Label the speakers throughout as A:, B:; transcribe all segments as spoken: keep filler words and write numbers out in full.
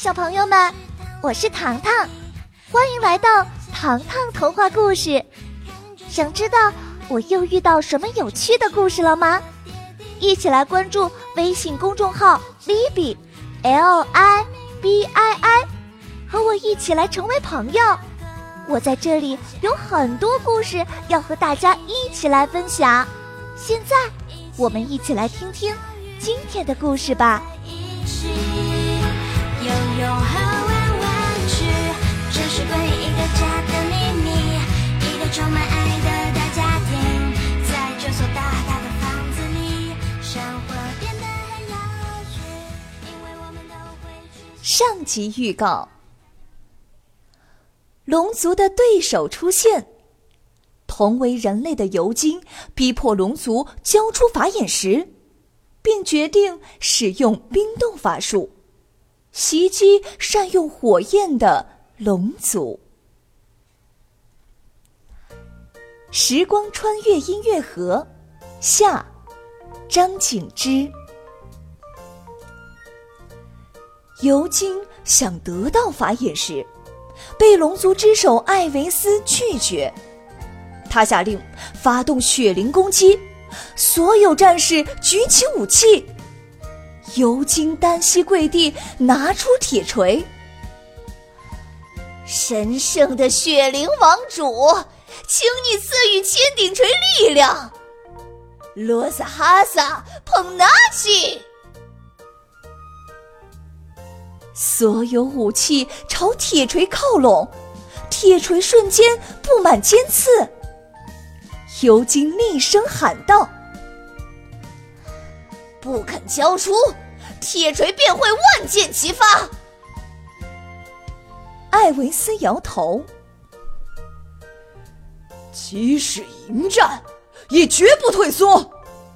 A: 小朋友们，我是糖糖，欢迎来到糖糖童话故事。想知道我又遇到什么有趣的故事了吗？一起来关注微信公众号 Libby L I B I I， 和我一起来成为朋友。我在这里有很多故事要和大家一起来分享。现在我们一起来听听今天的故事吧。
B: 游泳和玩玩具，这是关于一个家的秘密，一个充满爱的大家庭，在这所大大的房子里，生活变得很有趣，因为我们都会去。
C: 上集预告：龙族的对手出现，同为人类的尤金逼迫龙族交出法眼石，并决定使用冰冻法术袭击善用火焰的龙族。时光穿越音乐盒下，张景之。尤金想得到法眼石，被龙族之首艾维斯拒绝。他下令发动血灵攻击，所有战士举起武器。尤金单膝跪地，拿出铁锤。
A: 神圣的血灵王主，请你赐予千顶锤力量。罗萨哈萨彭纳奇。
C: 所有武器朝铁锤靠拢，铁锤瞬间布满尖刺。尤金厉声喊道：
A: 不肯交出，铁锤便会万箭齐发。
C: 艾维斯摇头：
D: 即使迎战，也绝不退缩。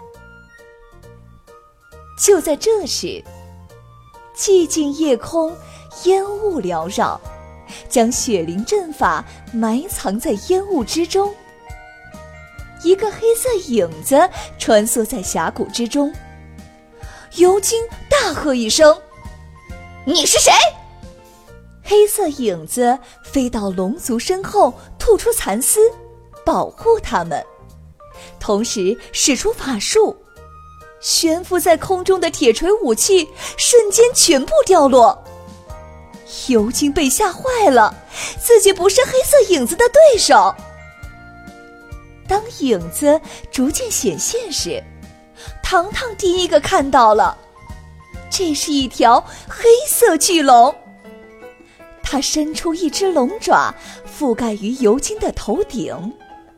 C: 就在这时，寂静夜空，烟雾缭绕，将血灵阵法埋藏在烟雾之中。一个黑色影子穿梭在峡谷之中。尤金大喝一声：
A: 你是谁？
C: 黑色影子飞到龙族身后，吐出蚕丝保护他们，同时使出法术，悬浮在空中的铁锤武器瞬间全部掉落。尤金被吓坏了，自己不是黑色影子的对手。当影子逐渐显现时，糖糖第一个看到了，这是一条黑色巨龙。它伸出一只龙爪，覆盖于尤金的头顶。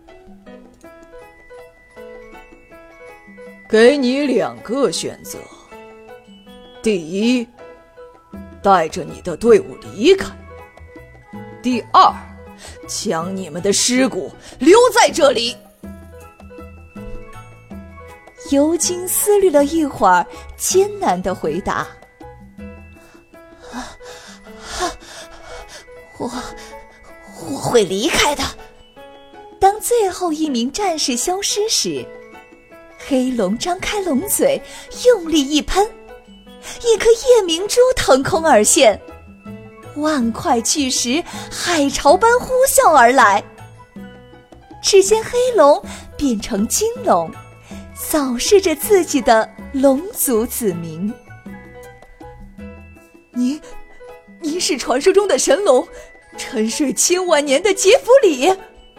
D: 给你两个选择：第一，带着你的队伍离开；第二，将你们的尸骨留在这里。
C: 尤金思虑了一会儿，艰难地回答：
A: 我我会离开的。
C: 当最后一名战士消失时，黑龙张开龙嘴，用力一喷，一颗夜明珠腾空而现，万块巨石海潮般呼啸而来。只见黑龙变成金龙，扫视着自己的龙族子民。
D: 你你是传说中的神龙，沉睡千万年的杰弗里。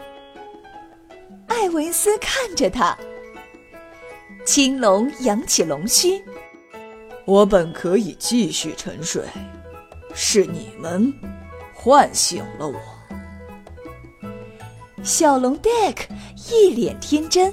C: 艾维斯看着他，青龙扬起龙须：
D: 我本可以继续沉睡，是你们唤醒了我。
C: 小龙 Deck 一脸天真：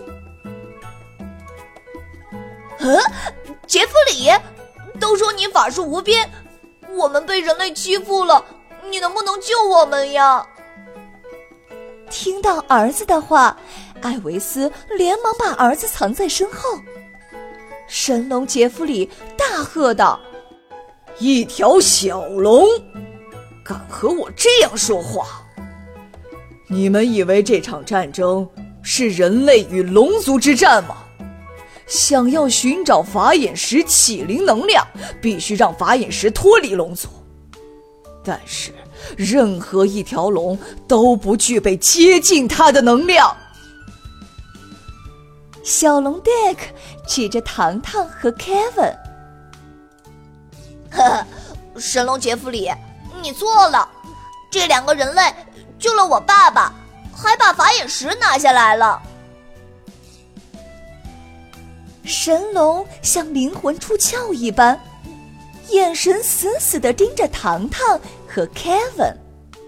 A: 嗯，杰弗里，都说你法术无边，我们被人类欺负了，你能不能救我们呀？
C: 听到儿子的话，艾维斯连忙把儿子藏在身后。神龙杰弗里大喝道：
D: 一条小龙，敢和我这样说话？你们以为这场战争是人类与龙族之战吗？想要寻找法眼石启灵能量，必须让法眼石脱离龙族。 但是任何一条龙都不具备接近它的能量。
C: 小龙 Dick 指着糖糖和 Kevin。
A: 呵呵，神龙杰弗里，你错了，这两个人类救了我爸爸，还把法眼石拿下来了。
C: 神龙像灵魂出窍一般，眼神死死地盯着糖糖和 Kevin。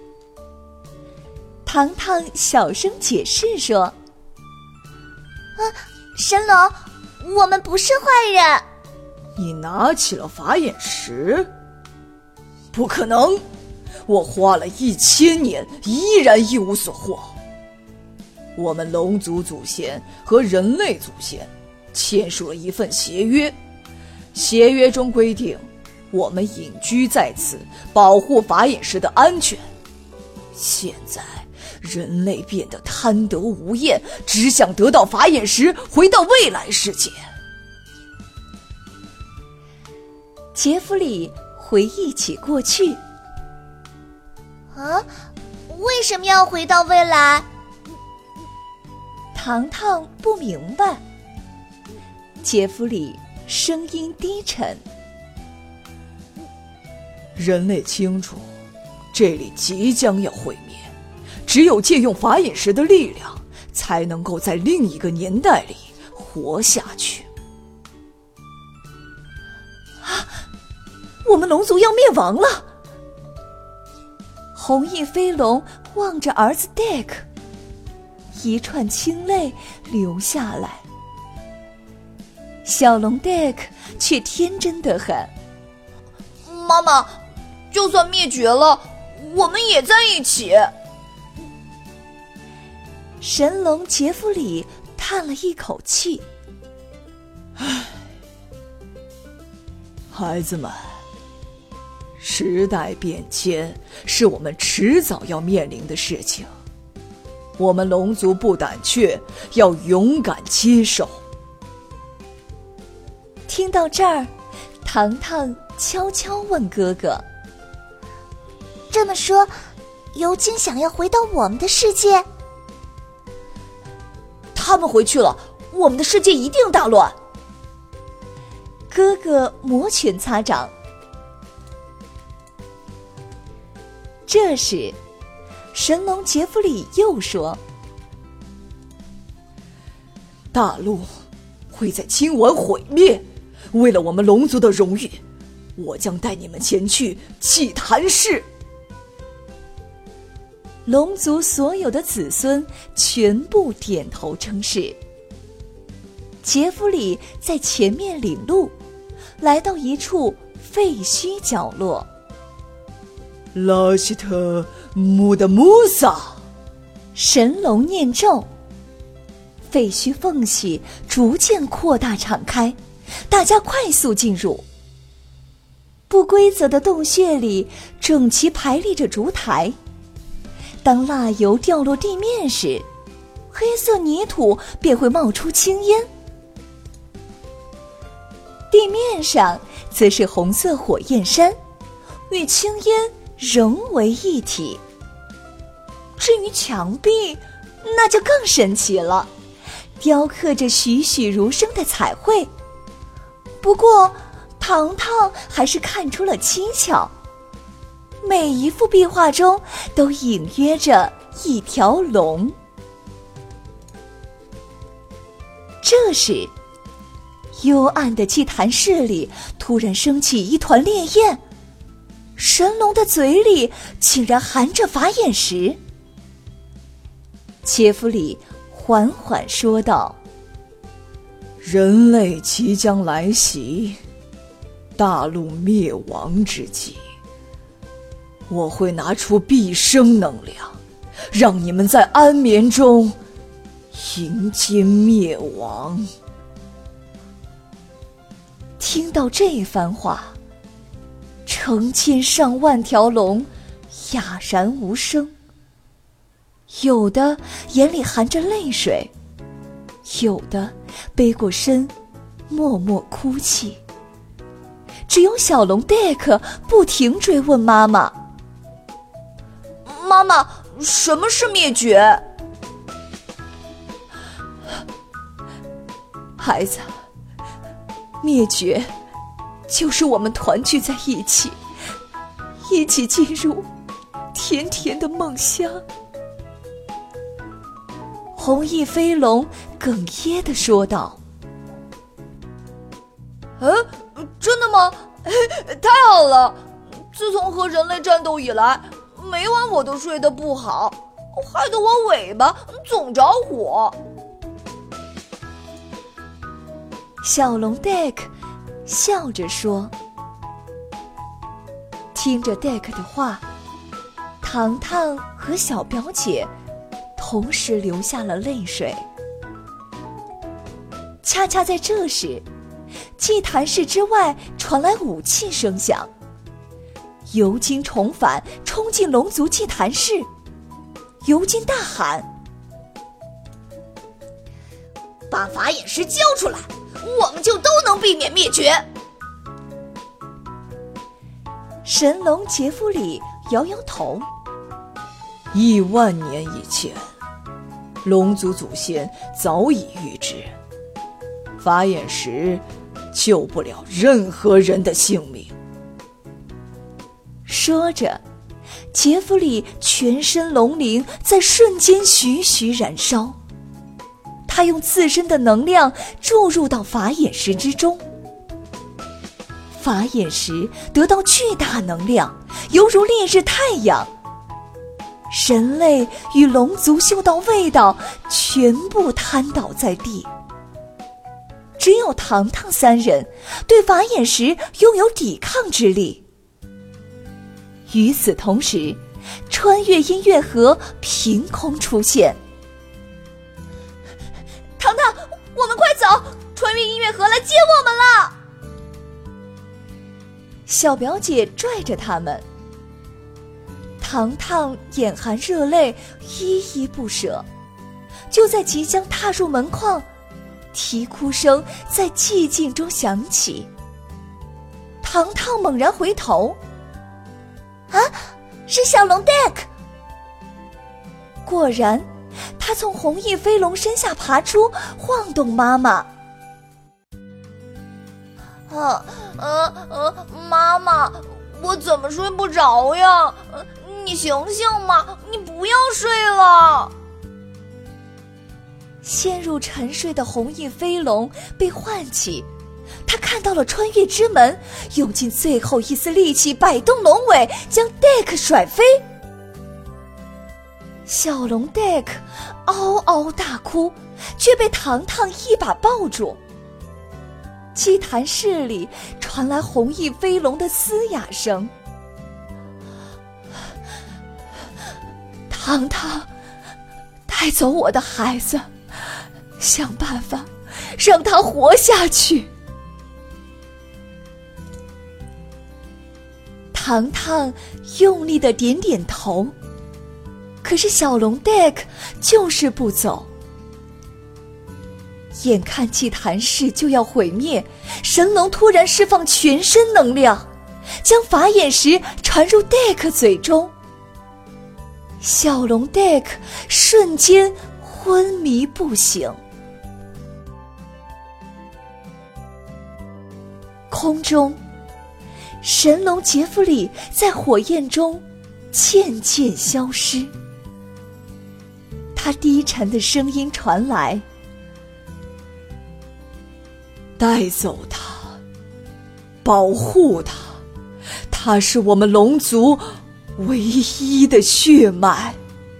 C: 糖糖小声解释说：
A: 啊，神龙，我们不是坏人。
D: 你拿起了法眼石？不可能，我花了一千年依然一无所获。我们龙族祖先和人类祖先签署了一份协约，协约中规定我们隐居在此，保护法眼石的安全。现在人类变得贪得无厌，只想得到法眼石，回到未来世界。
C: 杰弗里回忆起过去。
A: 啊，为什么要回到未来？
C: 糖糖不明白。杰弗里声音低沉：
D: 人类清楚，这里即将要毁灭，只有借用法眼石的力量，才能够在另一个年代里活下去。
C: 啊！我们龙族要灭亡了！红翼飞龙望着儿子 Dick， 一串清泪流下来。小龙 Dick 却天真的很：
E: 妈妈，就算灭绝了，我们也在一起。
C: 神龙杰弗里叹了一口气：
D: 唉，孩子们，时代变迁是我们迟早要面临的事情，我们龙族不胆怯，要勇敢接受。
C: 听到这儿，糖糖悄悄问哥哥：
A: 这么说，尤金想要回到我们的世界？
E: 他们回去了，我们的世界一定大乱。
C: 哥哥摩拳擦掌。这时，神龙杰弗里又说：
D: 大陆会在今晚毁灭，为了我们龙族的荣誉，我将带你们前去祭坛市。
C: 龙族所有的子孙全部点头称是。杰弗里在前面领路，来到一处废墟角落。
D: 拉希特穆德穆萨，
C: 神龙念咒，废墟缝隙逐渐扩大敞开，大家快速进入。不规则的洞穴里整齐排列着烛台，当蜡油掉落地面时，黑色泥土便会冒出青烟。地面上则是红色火焰山，与青烟融为一体。至于墙壁，那就更神奇了，雕刻着栩栩如生的彩绘。不过糖糖还是看出了蹊跷，每一幅壁画中都隐约着一条龙。这时，幽暗的祭坛室里突然升起一团烈焰，神龙的嘴里竟然含着法眼石。杰弗里缓缓说道：
D: 人类即将来袭，大陆灭亡之际，我会拿出毕生能量，让你们在安眠中迎接灭亡。
C: 听到这番话，成千上万条龙哑然无声，有的眼里含着泪水，有的背过身默默哭泣。只有小龙 Dick 不停追问妈妈：
E: 妈妈，什么是灭绝？
C: 孩子，灭绝就是我们团聚在一起，一起进入甜甜的梦乡。红翼飞龙哽咽地说道。
E: 嗯，真的吗？太好了！自从和人类战斗以来，每晚我都睡得不好，害得我尾巴总着火。
C: 小龙 Deck 笑着说。听着 Deck 的话，糖糖和小表姐同时流下了泪水。恰恰在这时，祭坛室之外传来武器声响，尤金重返，冲进龙族祭坛室。尤金大喊：
E: 把法眼石交出来，我们就都能避免灭绝。
C: 神龙杰弗里摇摇头：
D: 亿万年以前，龙族祖先早已预知，法眼石救不了任何人的性命。
C: 说着，杰弗里全身龙鳞在瞬间徐徐燃烧，他用自身的能量注入到法眼石之中。法眼石得到巨大能量，犹如烈日太阳。人类与龙族嗅到味道，全部瘫倒在地。只有糖糖三人对法眼石拥有抵抗之力。与此同时，穿越音乐河凭空出现。
E: 糖糖，我们快走，穿越音乐河来接我们了！
C: 小表姐拽着他们。糖糖眼含热泪，依依不舍。就在即将踏入门框，啼哭声在寂静中响起。糖糖猛然回头，
A: 啊，是小龙 Deck！
C: 果然，他从红翼飞龙身下爬出，晃动妈妈。
E: 啊，呃呃，妈妈，我怎么睡不着呀？你醒醒嘛，你不要睡了。
C: 陷入沉睡的红翼飞龙被唤起，他看到了穿越之门，用尽最后一丝力气摆动龙尾，将 Deck 甩飞。小龙 Deck 嗷嗷大哭，却被糖糖一把抱住。祭坛室里传来红翼飞龙的嘶哑声。糖糖，带走我的孩子，想办法让他活下去。糖糖用力地点点头，可是小龙 Deck 就是不走。眼看祭坛室就要毁灭，神龙突然释放全身能量，将法眼石传入 Deck 嘴中。小龙 Deck 瞬间昏迷不醒。空中，神龙杰弗里在火焰中渐渐消失。他低沉的声音传来：
D: 带走他，保护他，他是我们龙族唯一的血脉。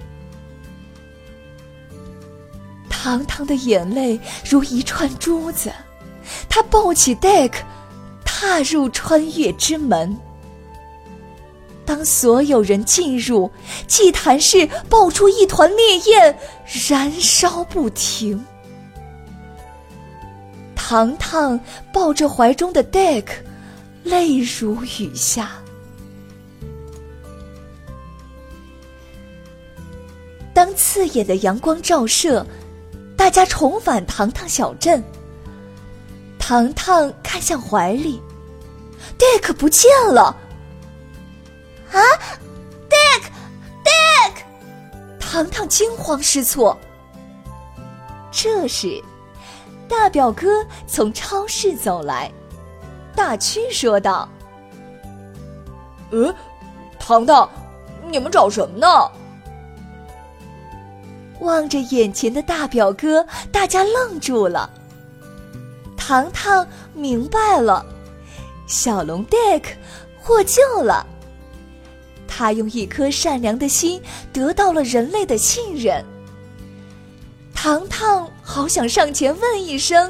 C: 糖糖的眼泪如一串珠子，他抱起 Deck， 踏入穿越之门。当所有人进入，祭坛室爆出一团烈焰，燃烧不停。糖糖抱着怀中的 Deck， 泪如雨下。当刺眼的阳光照射，大家重返糖糖小镇。糖糖看向怀里， Deck 不见了。
A: 啊 ，Deck，Deck！
C: 糖糖惊慌失措。这时，大表哥从超市走来，大区说道：“
E: 呃，糖糖，你们找什么呢？”
C: 望着眼前的大表哥，大家愣住了。糖糖明白了，小龙 Dick 获救了。他用一颗善良的心得到了人类的信任。糖糖好想上前问一声：“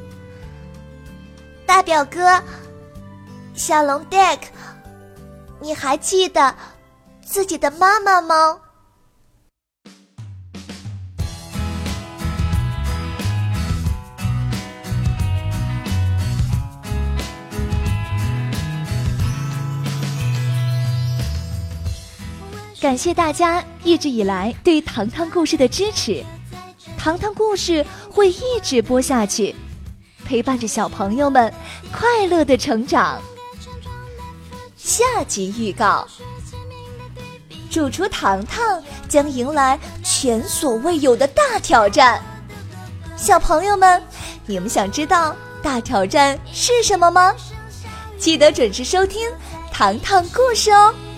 A: 大表哥，小龙 Dick， 你还记得自己的妈妈吗？”感谢大家一直以来对糖糖故事的支持，糖糖故事会一直播下去，陪伴着小朋友们快乐的成长。
C: 下集预告：主厨糖糖将迎来前所未有的大挑战。小朋友们，你们想知道大挑战是什么吗？记得准时收听糖糖故事哦。